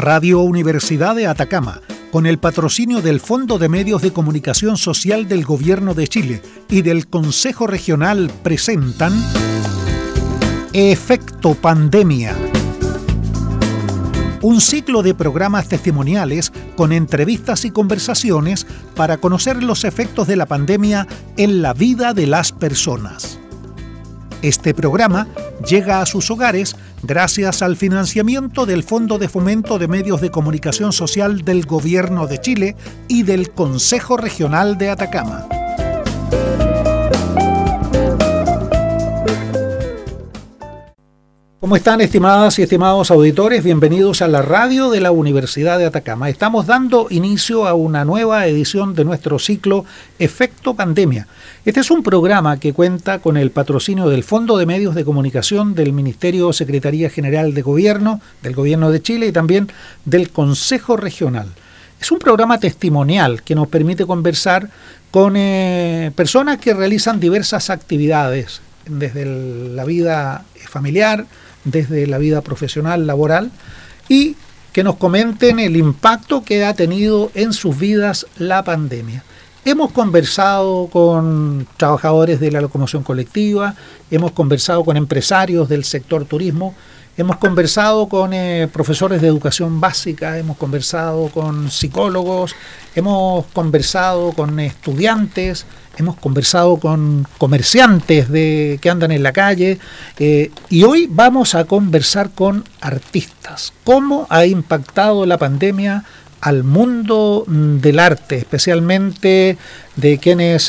Radio Universidad de Atacama, con el patrocinio del Fondo de Medios de Comunicación Social del Gobierno de Chile y del Consejo Regional, presentan Efecto Pandemia. Un ciclo de programas testimoniales con entrevistas y conversaciones para conocer los efectos de la pandemia en la vida de las personas. Este programa llega a sus hogares gracias al financiamiento del Fondo de Fomento de Medios de Comunicación Social del Gobierno de Chile y del Consejo Regional de Atacama. ¿Cómo están, estimadas y estimados auditores? Bienvenidos a la radio de la Universidad de Atacama. Estamos dando inicio a una nueva edición de nuestro ciclo Efecto Pandemia. Este es un programa que cuenta con el patrocinio del Fondo de Medios de Comunicación del Ministerio Secretaría General de Gobierno, del Gobierno de Chile y también del Consejo Regional. Es un programa testimonial que nos permite conversar con personas que realizan diversas actividades, desde la vida familiar, desde la vida profesional, laboral, y que nos comenten el impacto que ha tenido en sus vidas la pandemia. Hemos conversado con trabajadores de la locomoción colectiva, hemos conversado con empresarios del sector turismo, hemos conversado con profesores de educación básica, hemos conversado con psicólogos, hemos conversado con estudiantes, hemos conversado con comerciantes que andan en la calle, y hoy vamos a conversar con artistas. ¿Cómo ha impactado la pandemia al mundo del arte, especialmente de quienes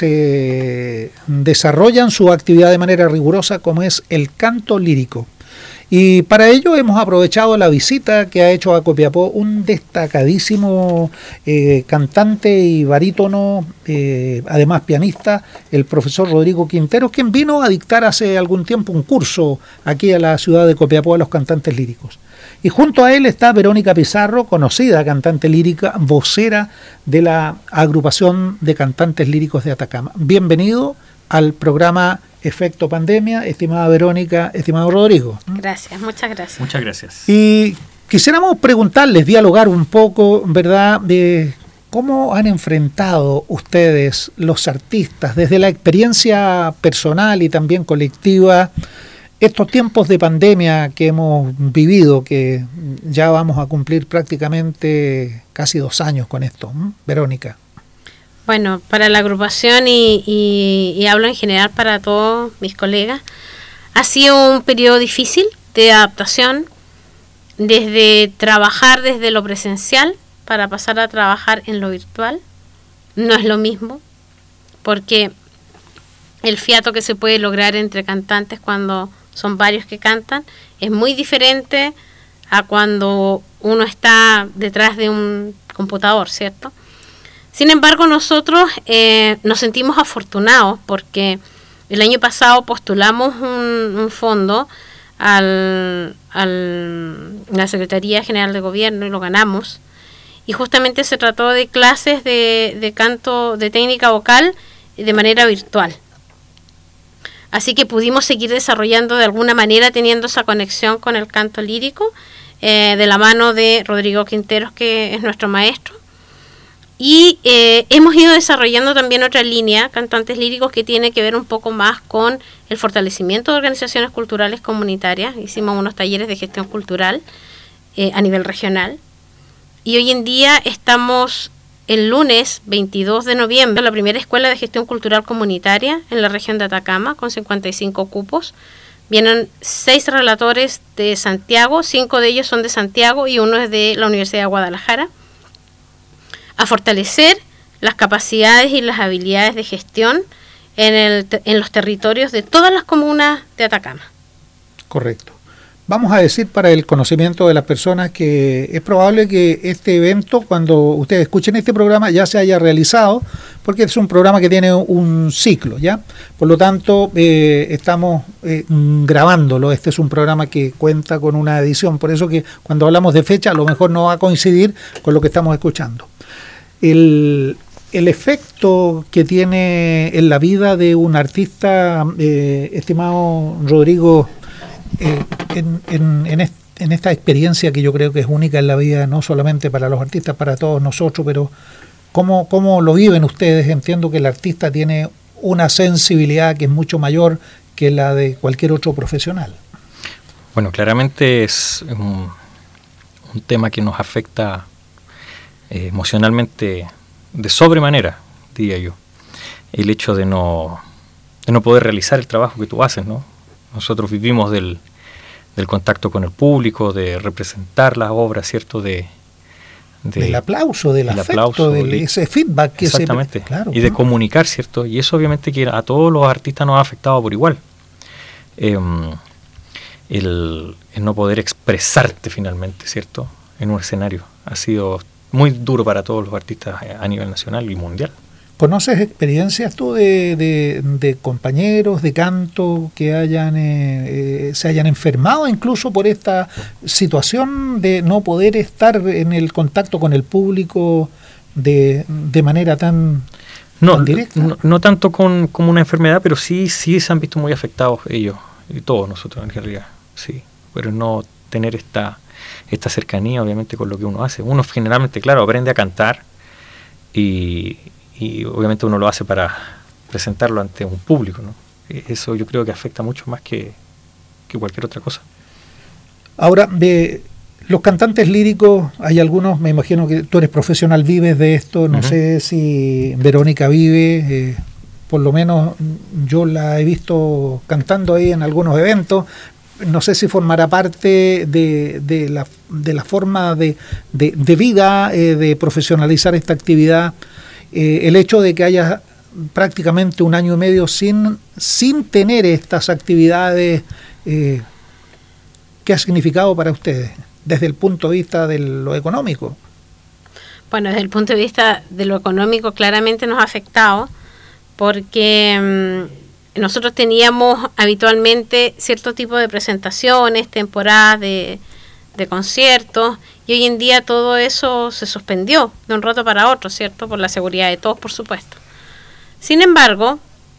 desarrollan su actividad de manera rigurosa, como es el canto lírico? Y para ello hemos aprovechado la visita que ha hecho a Copiapó un destacadísimo cantante y barítono, además pianista, el profesor Rodrigo Quinteros, quien vino a dictar hace algún tiempo un curso aquí a la ciudad de Copiapó a los cantantes líricos. Y junto a él está Verónica Pizarro, conocida cantante lírica, vocera de la agrupación de cantantes líricos de Atacama. Bienvenido al programa Efecto Pandemia, estimada Verónica, estimado Rodrigo. Gracias, muchas gracias. Muchas gracias. Y quisiéramos preguntarles, dialogar un poco, ¿verdad?, de cómo han enfrentado ustedes, los artistas, desde la experiencia personal y también colectiva, estos tiempos de pandemia que hemos vivido, que ya vamos a cumplir prácticamente casi 2 años con esto. Verónica. Bueno, para la agrupación y hablo en general para todos mis colegas, ha sido un periodo difícil de adaptación, desde trabajar desde lo presencial para pasar a trabajar en lo virtual. No es lo mismo, porque el fiato que se puede lograr entre cantantes cuando son varios que cantan es muy diferente a cuando uno está detrás de un computador, ¿cierto? Sin embargo, nosotros nos sentimos afortunados porque el año pasado postulamos un fondo a la Secretaría General de Gobierno y lo ganamos. Y justamente se trató de clases de canto, de técnica vocal de manera virtual. Así que pudimos seguir desarrollando de alguna manera, teniendo esa conexión con el canto lírico, de la mano de Rodrigo Quinteros, que es nuestro maestro. Y hemos ido desarrollando también otra línea, cantantes líricos, que tiene que ver un poco más con el fortalecimiento de organizaciones culturales comunitarias. Hicimos unos talleres de gestión cultural a nivel regional. Y hoy en día estamos el lunes 22 de noviembre en la primera escuela de gestión cultural comunitaria en la región de Atacama, con 55 cupos. Vienen 6 relatores de Santiago, 5 de ellos son de Santiago y uno es de la Universidad de Guadalajara, a fortalecer las capacidades y las habilidades de gestión en los territorios de todas las comunas de Atacama. Correcto. Vamos a decir para el conocimiento de las personas que es probable que este evento, cuando ustedes escuchen este programa, ya se haya realizado, porque es un programa que tiene un ciclo, ¿ya? Por lo tanto, estamos grabándolo. Este es un programa que cuenta con una edición, por eso que cuando hablamos de fecha, a lo mejor no va a coincidir con lo que estamos escuchando. El efecto que tiene en la vida de un artista, estimado Rodrigo, en en esta experiencia que yo creo que es única en la vida, no solamente para los artistas, para todos nosotros, pero ¿cómo lo viven ustedes? Entiendo que el artista tiene una sensibilidad que es mucho mayor que la de cualquier otro profesional. Bueno, claramente es un tema que nos afecta emocionalmente de sobremanera, diría yo. El hecho de no poder realizar el trabajo que tú haces, ¿no? Nosotros vivimos del contacto con el público, de representar las obras, ¿cierto? Del aplauso, del afecto, de ese feedback que exactamente, claro, y de comunicar, ¿cierto? Y eso obviamente que a todos los artistas nos ha afectado por igual. El no poder expresarte finalmente, ¿cierto? En un escenario ha sido muy duro para todos los artistas a nivel nacional y mundial. ¿Conoces experiencias tú de compañeros de canto que se hayan enfermado incluso por esta situación de no poder estar en el contacto con el público de manera tan directa? No tanto como una enfermedad, pero sí se han visto muy afectados ellos, y todos nosotros en realidad, sí. Pero no tener esta cercanía obviamente con lo que uno hace. Uno generalmente, claro, aprende a cantar y obviamente uno lo hace para presentarlo ante un público, ¿no? Eso yo creo que afecta mucho más que cualquier otra cosa. Ahora, de los cantantes líricos, hay algunos, me imagino que tú eres profesional, vives de esto, no sé si Verónica vive, por lo menos yo la he visto cantando ahí en algunos eventos. No sé si formará parte de la forma de vida, de profesionalizar esta actividad, el hecho de que haya prácticamente un año y medio sin tener estas actividades. ¿Qué ha significado para ustedes desde el punto de vista de lo económico? Bueno, desde el punto de vista de lo económico claramente nos ha afectado porque nosotros teníamos habitualmente cierto tipo de presentaciones, temporadas de conciertos, y hoy en día todo eso se suspendió de un rato para otro, ¿cierto? Por la seguridad de todos, por supuesto. Sin embargo,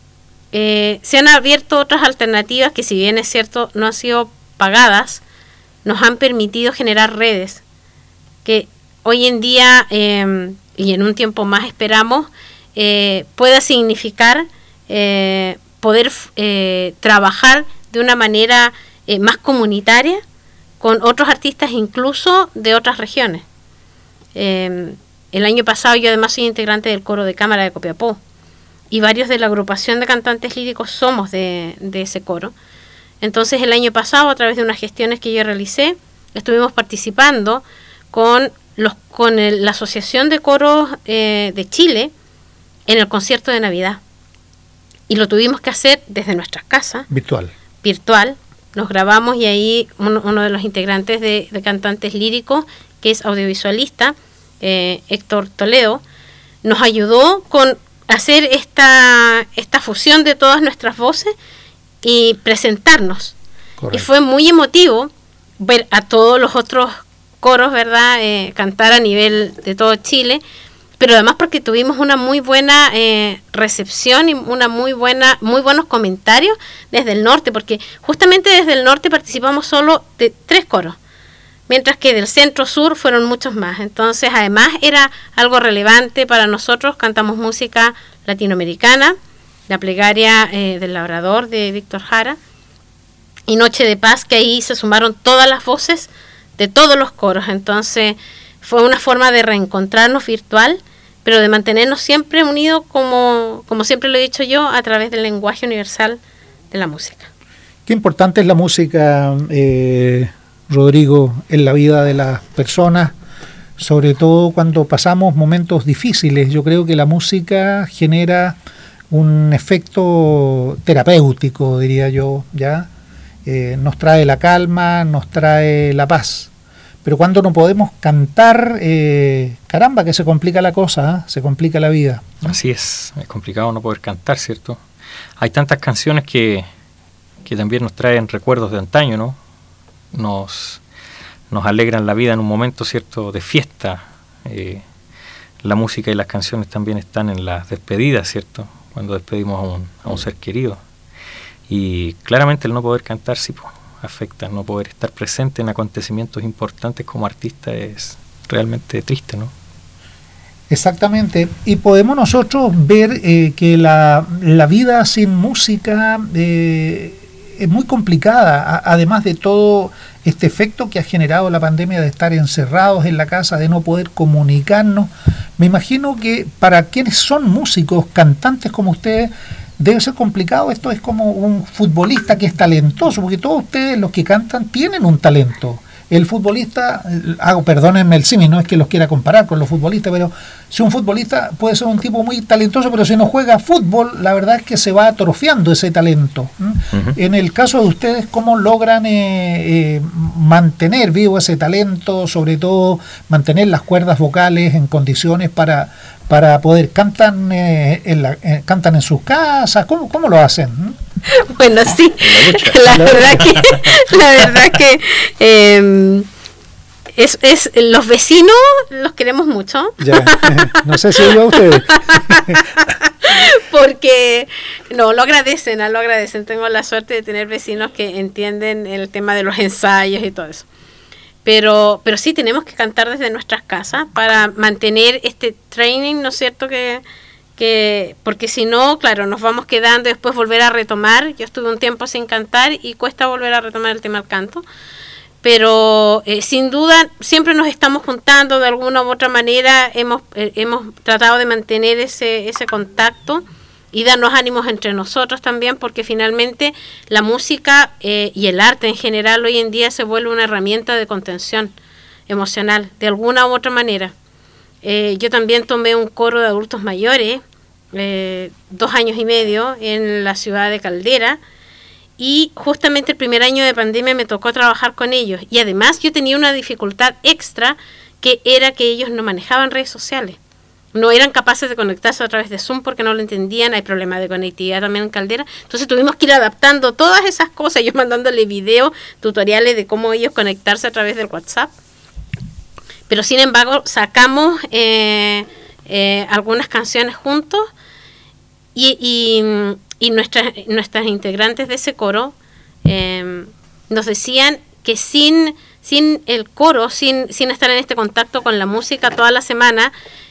se han abierto otras alternativas que, si bien es cierto, no han sido pagadas, nos han permitido generar redes que hoy en día y en un tiempo más esperamos pueda significar poder trabajar de una manera más comunitaria con otros artistas incluso de otras regiones. El año pasado yo además soy integrante del coro de cámara de Copiapó y varios de la agrupación de cantantes líricos somos de ese coro. Entonces el año pasado, a través de unas gestiones que yo realicé, estuvimos participando con la Asociación de Coros de Chile en el concierto de Navidad. Y lo tuvimos que hacer desde nuestras casas. Virtual. Nos grabamos y ahí uno de los integrantes de cantantes líricos, que es audiovisualista, Héctor Toledo, nos ayudó con hacer esta fusión de todas nuestras voces y presentarnos. Correcto. Y fue muy emotivo ver a todos los otros coros, ¿verdad?, cantar a nivel de todo Chile, pero además porque tuvimos una muy buena recepción y muy buenos comentarios desde el norte, porque justamente desde el norte participamos solo de 3 coros, mientras que del centro-sur fueron muchos más. Entonces, además era algo relevante para nosotros. Cantamos música latinoamericana, la plegaria del Labrador de Víctor Jara, y Noche de Paz, que ahí se sumaron todas las voces de todos los coros. Entonces fue una forma de reencontrarnos virtual, pero de mantenernos siempre unidos, como siempre lo he dicho yo, a través del lenguaje universal de la música. Qué importante es la música, Rodrigo, en la vida de las personas, sobre todo cuando pasamos momentos difíciles. Yo creo que la música genera un efecto terapéutico, diría yo, ¿ya? Nos trae la calma, nos trae la paz. Pero cuando no podemos cantar, caramba, que se complica la cosa, se complica la vida, ¿no? Así es complicado no poder cantar, ¿cierto? Hay tantas canciones que también nos traen recuerdos de antaño, ¿no? Nos alegran la vida en un momento, ¿cierto?, de fiesta. La música y las canciones también están en las despedidas, ¿cierto?, cuando despedimos a un ser querido. Y claramente el no poder cantar sí, afecta. No poder estar presente en acontecimientos importantes como artista es realmente triste, ¿no? Exactamente, y podemos nosotros ver que la vida sin música es muy complicada, además de todo este efecto que ha generado la pandemia de estar encerrados en la casa, de no poder comunicarnos. Me imagino que para quienes son músicos, cantantes como ustedes, debe ser complicado. Esto es como un futbolista que es talentoso, porque todos ustedes los que cantan tienen un talento. El futbolista, perdónenme el símil, no es que los quiera comparar con los futbolistas, pero si un futbolista puede ser un tipo muy talentoso, pero si no juega fútbol, la verdad es que se va atrofiando ese talento. Uh-huh. En el caso de ustedes, ¿cómo logran mantener vivo ese talento, sobre todo mantener las cuerdas vocales en condiciones para poder cantan en sus casas? ¿Cómo lo hacen? Bueno, sí, la verdad que es los vecinos los queremos mucho. Ya, no sé si yo a ustedes. Porque lo agradecen. Tengo la suerte de tener vecinos que entienden el tema de los ensayos y todo eso. Pero sí tenemos que cantar desde nuestras casas para mantener este training, ¿no es cierto? Porque si no, claro, nos vamos quedando y después volver a retomar. Yo estuve un tiempo sin cantar y cuesta volver a retomar el tema del canto. Pero sin duda siempre nos estamos juntando de alguna u otra manera. Hemos tratado de mantener ese contacto y darnos ánimos entre nosotros también, porque finalmente la música y el arte en general hoy en día se vuelve una herramienta de contención emocional, de alguna u otra manera. Yo también tomé un coro de adultos mayores, 2 años y medio, en la ciudad de Caldera, y justamente el primer año de pandemia me tocó trabajar con ellos, y además yo tenía una dificultad extra, que era que ellos no manejaban redes sociales. No eran capaces de conectarse a través de Zoom porque no lo entendían, hay problemas de conectividad también en Caldera, entonces tuvimos que ir adaptando todas esas cosas, yo mandándole videos, tutoriales de cómo ellos conectarse a través del WhatsApp. Pero sin embargo sacamos algunas canciones juntos y nuestras integrantes de ese coro nos decían que sin el coro, sin estar en este contacto con la música toda la semana,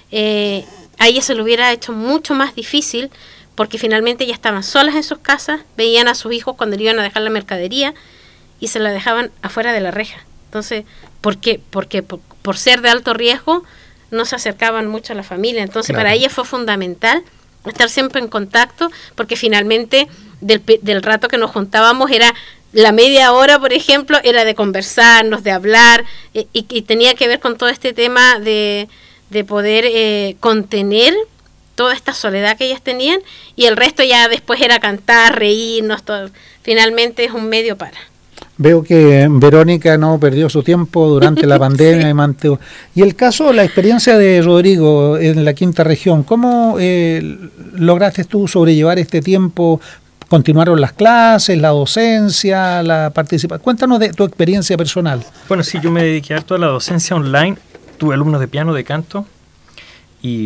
a ella se lo hubiera hecho mucho más difícil, porque finalmente ya estaban solas en sus casas, veían a sus hijos cuando le iban a dejar la mercadería y se la dejaban afuera de la reja. Entonces, porque por ser de alto riesgo no se acercaban mucho a la familia. Entonces, claro, para ella fue fundamental estar siempre en contacto, porque finalmente del rato que nos juntábamos era la media hora, por ejemplo, era de conversarnos, de hablar, y tenía que ver con todo este tema de poder contener toda esta soledad que ellas tenían, y el resto ya después era cantar, reírnos, todo. Finalmente es un medio para. Veo que Verónica no perdió su tiempo durante la pandemia. Sí. Y el caso, la experiencia de Rodrigo en la quinta región, ¿cómo lograste tú sobrellevar este tiempo? ¿Continuaron las clases, la docencia, la participación? Cuéntanos de tu experiencia personal. Bueno, sí, yo me dediqué harto a la docencia online. Tuve alumnos de piano, de canto, y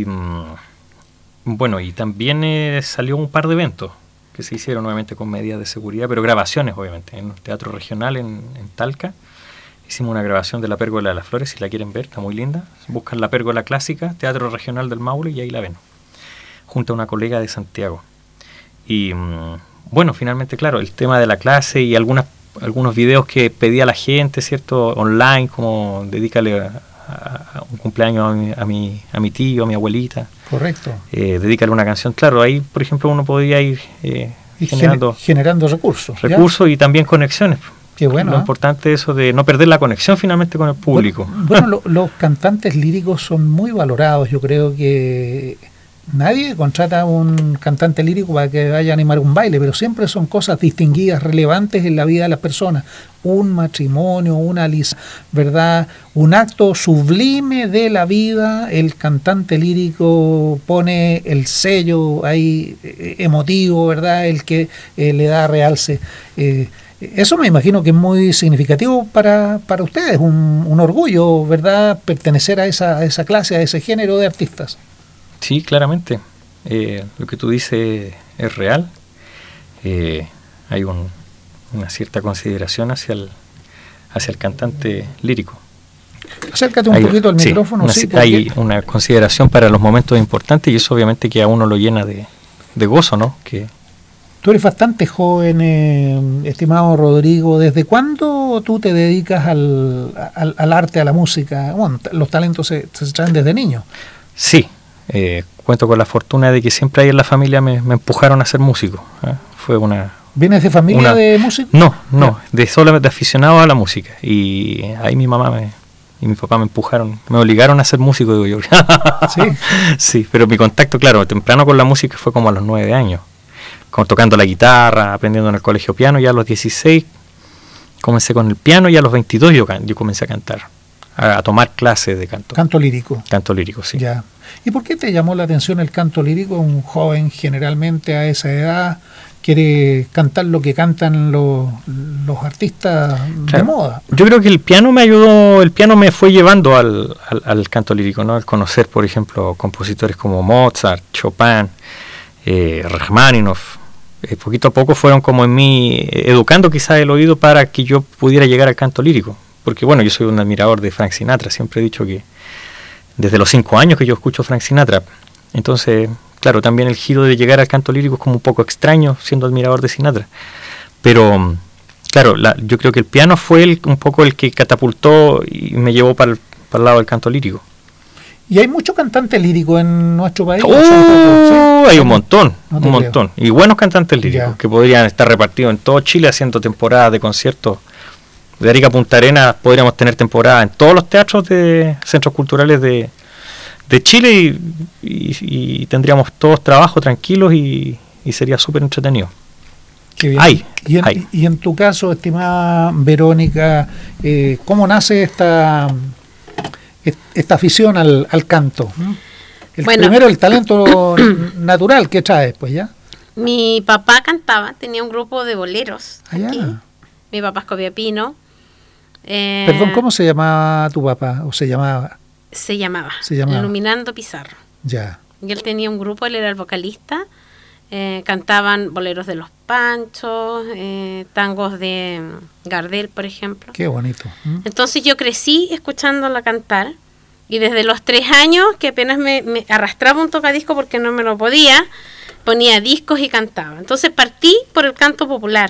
bueno, y también salió un par de eventos que se hicieron nuevamente con medidas de seguridad, pero grabaciones obviamente, en un teatro regional en Talca. Hicimos una grabación de La Pérgola de las Flores, si la quieren ver, está muy linda. Buscan La Pérgola Clásica, Teatro Regional del Maule, y ahí la ven, junto a una colega de Santiago. Y bueno, finalmente, claro, el tema de la clase y algunos videos que pedía la gente, ¿cierto?, online, como dedícale a un cumpleaños a mi tío, a mi abuelita. Correcto. Dedícale una canción. Claro, ahí, por ejemplo, uno podría ir generando recursos. Recursos, ¿ya? Y también conexiones. Qué bueno. Lo importante es eso de no perder la conexión finalmente con el público. Bueno, los cantantes líricos son muy valorados. Yo creo que nadie contrata a un cantante lírico para que vaya a animar un baile, pero siempre son cosas distinguidas, relevantes en la vida de las personas. Un matrimonio, una ¿verdad? Un acto sublime de la vida. El cantante lírico pone el sello ahí emotivo, ¿verdad? El que le da realce. Eso me imagino que es muy significativo para ustedes, un orgullo, ¿verdad? Pertenecer a esa clase, a ese género de artistas. Sí, claramente. Lo que tú dices es real. Hay una cierta consideración hacia el cantante lírico. Acércate un poquito al micrófono. Sí, hay una consideración para los momentos importantes y eso obviamente que a uno lo llena de gozo, ¿no? Que tú eres bastante joven, estimado Rodrigo. ¿Desde cuándo tú te dedicas al arte, a la música? Bueno, los talentos se traen desde niño. Sí, cuento con la fortuna de que siempre ahí en la familia me empujaron a ser músico. Fue una... ¿Vienes de familia de músicos? No, solamente aficionado a la música. Y ahí mi mamá y mi papá me empujaron, me obligaron a ser músico, digo yo. ¿Sí? Sí, pero mi contacto, claro, temprano con la música fue como a los 9 años. Como tocando la guitarra, aprendiendo en el colegio piano, ya a los 16 comencé con el piano y a los 22 yo comencé a cantar, a tomar clases de canto. Canto lírico. Canto lírico, sí. Ya. ¿Y por qué te llamó la atención el canto lírico? Un joven generalmente a esa edad quiere cantar lo que cantan los artistas de moda. Yo creo que el piano me ayudó, el piano me fue llevando al canto lírico, ¿no? Al conocer, por ejemplo, compositores como Mozart, Chopin, Rachmaninoff. Poquito a poco fueron como en mí educando quizás el oído para que yo pudiera llegar al canto lírico. Porque bueno, yo soy un admirador de Frank Sinatra, siempre he dicho que desde los 5 años que yo escucho Frank Sinatra. Entonces, claro, también el giro de llegar al canto lírico es como un poco extraño siendo admirador de Sinatra. Pero, claro, yo creo que el piano fue un poco el que catapultó y me llevó para el lado del canto lírico. ¿Y hay muchos cantantes líricos en nuestro país? Hay un montón. Y buenos cantantes líricos que podrían estar repartidos en todo Chile haciendo temporadas de conciertos. De Arica a Punta Arenas podríamos tener temporadas en todos los teatros de centros culturales de Chile y tendríamos todos trabajo tranquilos y sería súper entretenido. Qué bien. Y en tu caso, estimada Verónica, ¿cómo nace esta afición al canto? Primero el talento natural que traes, pues ya. Mi papá cantaba, tenía un grupo de boleros aquí. Mi papá es copiapino. Perdón, ¿cómo se llamaba tu papá? ¿O se llamaba? Se llamaba Iluminando Pizarro. Ya. Y él tenía un grupo, él era el vocalista. Cantaban boleros de los Panchos, tangos de Gardel, por ejemplo. Qué bonito. Entonces yo crecí escuchándola cantar y desde los 3 años, que apenas me arrastraba un tocadisco porque no me lo podía, ponía discos y cantaba. Entonces partí por el canto popular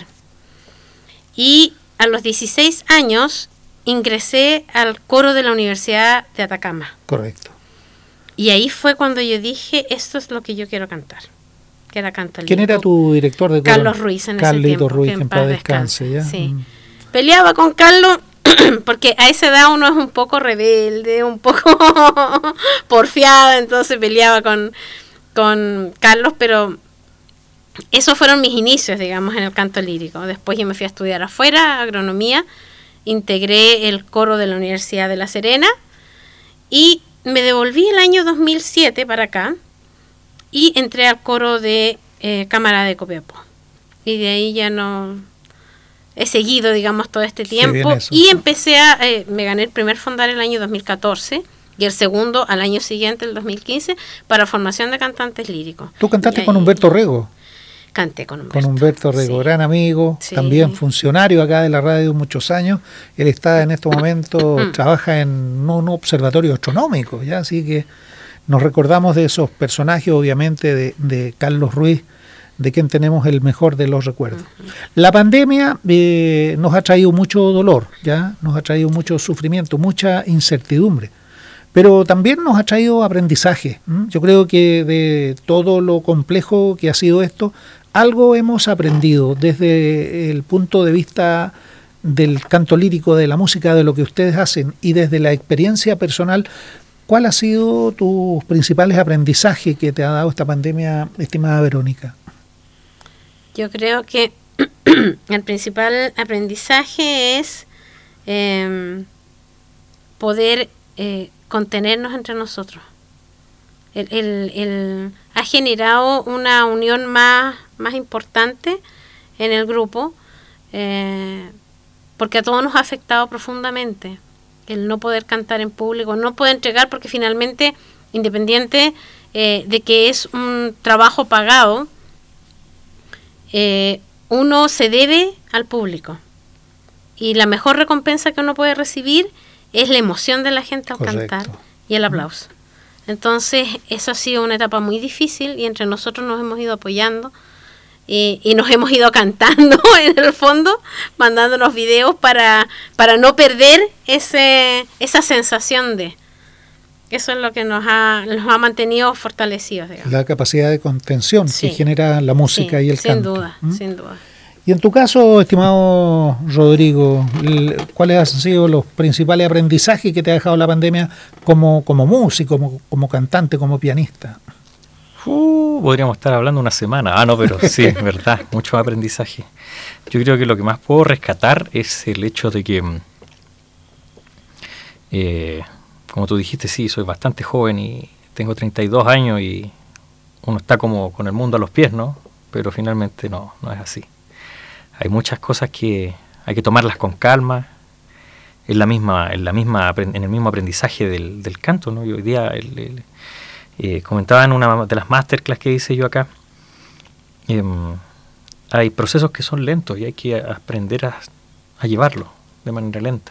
y a los 16 años ingresé al coro de la Universidad de Atacama. Correcto. Y ahí fue cuando yo dije, esto es lo que yo quiero cantar. Que era canto lírico. ¿Quién era tu director de coro? Carlos Ruiz en ese tiempo. Carlito Ruiz, que en paz descanse. ¿Ya? Sí. Peleaba con Carlos porque a esa edad uno es un poco rebelde, un poco porfiada, entonces peleaba con Carlos, pero esos fueron mis inicios, digamos, en el canto lírico. Después yo me fui a estudiar afuera, agronomía, integré el coro de la Universidad de La Serena y me devolví el año 2007 para acá y entré al coro de Cámara de Copiapó. Y de ahí ya no he seguido, digamos, todo este tiempo. Y empecé me gané el primer fondar el año 2014 y el segundo al año siguiente, el 2015, para formación de cantantes líricos. ¿Tú cantaste con Humberto Rego? Canté con Humberto. Con Humberto Rego, sí. Gran amigo, sí. También funcionario acá de la radio muchos años. Él está en estos momentos, trabaja en un observatorio astronómico, ¿ya? Así que nos recordamos de esos personajes, obviamente, de Carlos Ruiz, de quien tenemos el mejor de los recuerdos. La pandemia nos ha traído mucho dolor, ¿ya? Nos ha traído mucho sufrimiento, mucha incertidumbre, pero también nos ha traído aprendizaje. Yo creo que de todo lo complejo que ha sido esto, algo hemos aprendido desde el punto de vista del canto lírico, de la música, de lo que ustedes hacen y desde la experiencia personal. ¿Cuál ha sido tus principales aprendizajes que te ha dado esta pandemia, estimada Verónica? Yo creo que el principal aprendizaje es poder contenernos entre nosotros. Ha generado una unión más importante en el grupo, porque a todos nos ha afectado profundamente el no poder cantar en público, no poder entregar, porque finalmente, independiente de que es un trabajo pagado, uno se debe al público. Y la mejor recompensa que uno puede recibir es la emoción de la gente al cantar y el aplauso. Entonces, eso ha sido una etapa muy difícil y entre nosotros nos hemos ido apoyando y nos hemos ido cantando en el fondo, mandándonos videos para no perder esa sensación de... Eso es lo que nos ha mantenido fortalecidos, digamos. La capacidad de contención que genera la música y el canto. Sin duda. Y en tu caso, estimado Rodrigo, ¿cuáles han sido los principales aprendizajes que te ha dejado la pandemia como músico, como cantante, como pianista? Podríamos estar hablando una semana. No, pero sí, es verdad, mucho aprendizaje. Yo creo que lo que más puedo rescatar es el hecho de que, como tú dijiste, sí, soy bastante joven y tengo 32 años y uno está como con el mundo a los pies, ¿no? Pero finalmente no es así. Hay muchas cosas que hay que tomarlas con calma, en el mismo aprendizaje del canto, ¿no? Y hoy día comentaba en una de las masterclass que hice yo acá, hay procesos que son lentos y hay que aprender a llevarlos de manera lenta.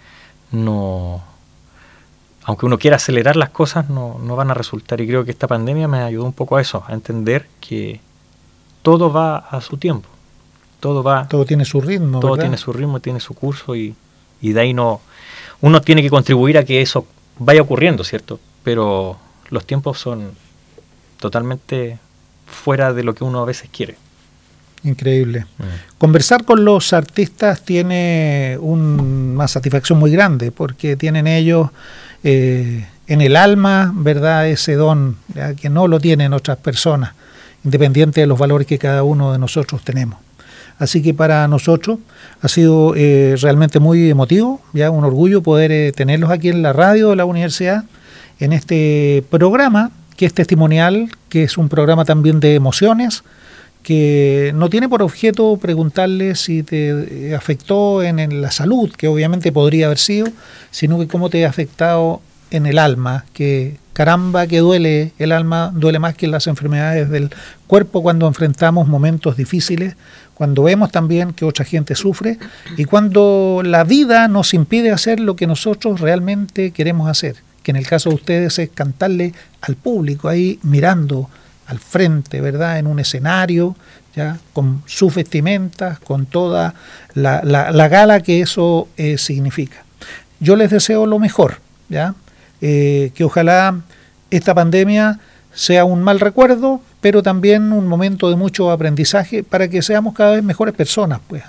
No, aunque uno quiera acelerar las cosas, no van a resultar, y creo que esta pandemia me ayudó un poco a eso, a entender que todo va a su tiempo. Todo tiene su ritmo, todo ¿verdad? Tiene su ritmo, tiene su curso y de ahí uno tiene que contribuir a que eso vaya ocurriendo, ¿cierto? Pero los tiempos son totalmente fuera de lo que uno a veces quiere. Increíble. Conversar con los artistas tiene una satisfacción muy grande porque tienen ellos en el alma, ¿verdad?, ese don, ¿ya?, que no lo tienen otras personas, independiente de los valores que cada uno de nosotros tenemos. Así que para nosotros ha sido realmente muy emotivo, ya un orgullo poder tenerlos aquí en la radio de la universidad, en este programa que es testimonial, que es un programa también de emociones, que no tiene por objeto preguntarle si te afectó en la salud, que obviamente podría haber sido, sino que cómo te ha afectado en el alma, que caramba que duele, el alma duele más que las enfermedades del cuerpo cuando enfrentamos momentos difíciles, cuando vemos también que otra gente sufre y cuando la vida nos impide hacer lo que nosotros realmente queremos hacer, que en el caso de ustedes es cantarle al público ahí mirando al frente, ¿verdad?, en un escenario, ya con sus vestimentas, con toda la gala que eso significa. Yo les deseo lo mejor, ¿ya? Que ojalá esta pandemia sea un mal recuerdo, pero también un momento de mucho aprendizaje para que seamos cada vez mejores personas, pues.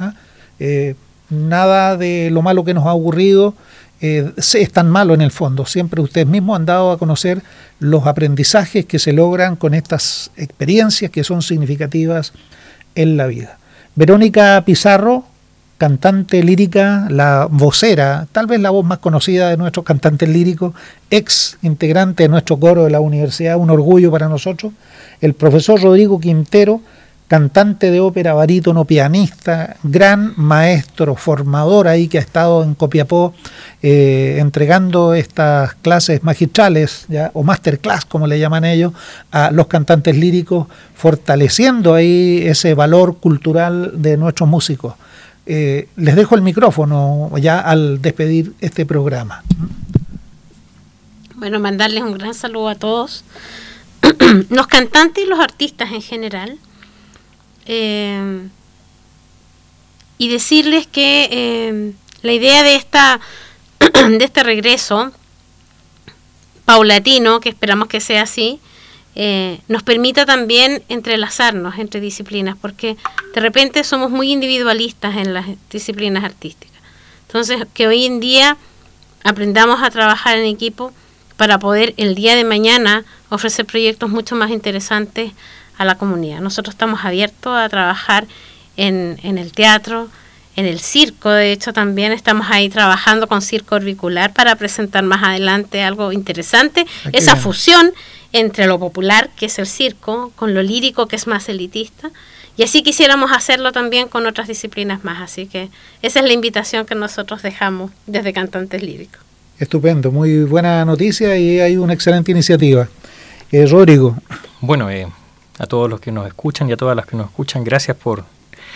Nada de lo malo que nos ha ocurrido es tan malo en el fondo. Siempre ustedes mismos han dado a conocer los aprendizajes que se logran con estas experiencias que son significativas en la vida. Verónica Pizarro, cantante lírica, la vocera, tal vez la voz más conocida de nuestros cantantes líricos, ex integrante de nuestro coro de la universidad, un orgullo para nosotros. El profesor Rodrigo Quintero, cantante de ópera, barítono, pianista, gran maestro, formador ahí que ha estado en Copiapó entregando estas clases magistrales, ¿ya?, o masterclass como le llaman ellos, a los cantantes líricos, fortaleciendo ahí ese valor cultural de nuestros músicos. Les dejo el micrófono ya al despedir este programa. Bueno, mandarles un gran saludo a todos, los cantantes y los artistas en general, y decirles que la idea de este regreso paulatino, que esperamos que sea así, nos permita también entrelazarnos entre disciplinas, porque de repente somos muy individualistas en las disciplinas artísticas. Entonces, que hoy en día aprendamos a trabajar en equipo para poder el día de mañana ofrecer proyectos mucho más interesantes a la comunidad. Nosotros estamos abiertos a trabajar en el teatro, en el circo. De hecho, también estamos ahí trabajando con Circo Orbicular para presentar más adelante algo interesante, esa fusión entre lo popular, que es el circo, con lo lírico, que es más elitista, y así quisiéramos hacerlo también con otras disciplinas más. Así que esa es la invitación que nosotros dejamos desde Cantantes Líricos. Estupendo, muy buena noticia y hay una excelente iniciativa. Rodrigo. Bueno, a todos los que nos escuchan y a todas las que nos escuchan, gracias por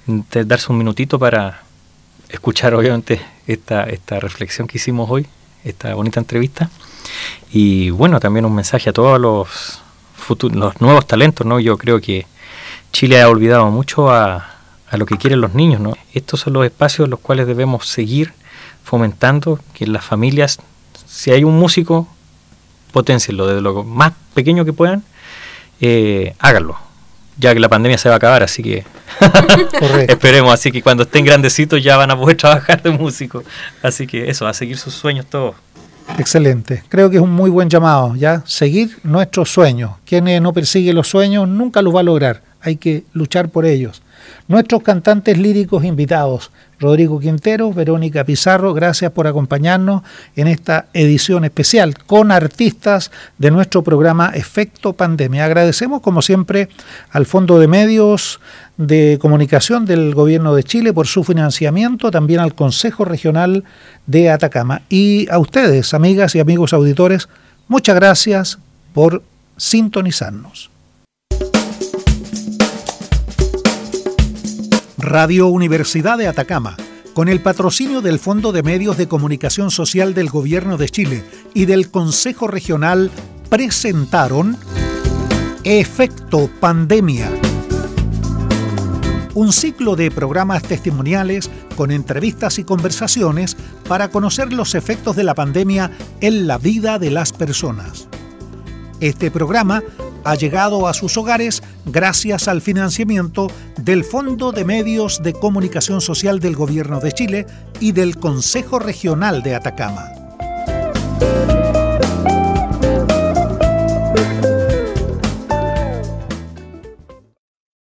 darse un minutito para escuchar obviamente esta reflexión que hicimos hoy, esta bonita entrevista. Y bueno, también un mensaje a todos los nuevos talentos, ¿no? Yo creo que Chile ha olvidado mucho a lo que quieren los niños, ¿no? Estos son los espacios en los cuales debemos seguir fomentando que en las familias, si hay un músico, potencienlo desde lo más pequeño que puedan, háganlo, ya que la pandemia se va a acabar, así que esperemos, así que cuando estén grandecitos ya van a poder trabajar de músicos, así que eso, a seguir sus sueños todos. Excelente, creo que es un muy buen llamado, ya, seguir nuestros sueños. Quien no persigue los sueños nunca los va a lograr, hay que luchar por ellos. Nuestros cantantes líricos invitados, Rodrigo Quintero, Verónica Pizarro, gracias por acompañarnos en esta edición especial con artistas de nuestro programa Efecto Pandemia. Agradecemos como siempre al Fondo de Medios de Comunicación del Gobierno de Chile por su financiamiento, también al Consejo Regional de Atacama. Y a ustedes, amigas y amigos auditores, muchas gracias por sintonizarnos. Radio Universidad de Atacama, con el patrocinio del Fondo de Medios de Comunicación Social del Gobierno de Chile y del Consejo Regional, presentaron Efecto Pandemia, un ciclo de programas testimoniales con entrevistas y conversaciones para conocer los efectos de la pandemia en la vida de las personas. Este programa ha llegado a sus hogares gracias al financiamiento del Fondo de Medios de Comunicación Social del Gobierno de Chile y del Consejo Regional de Atacama.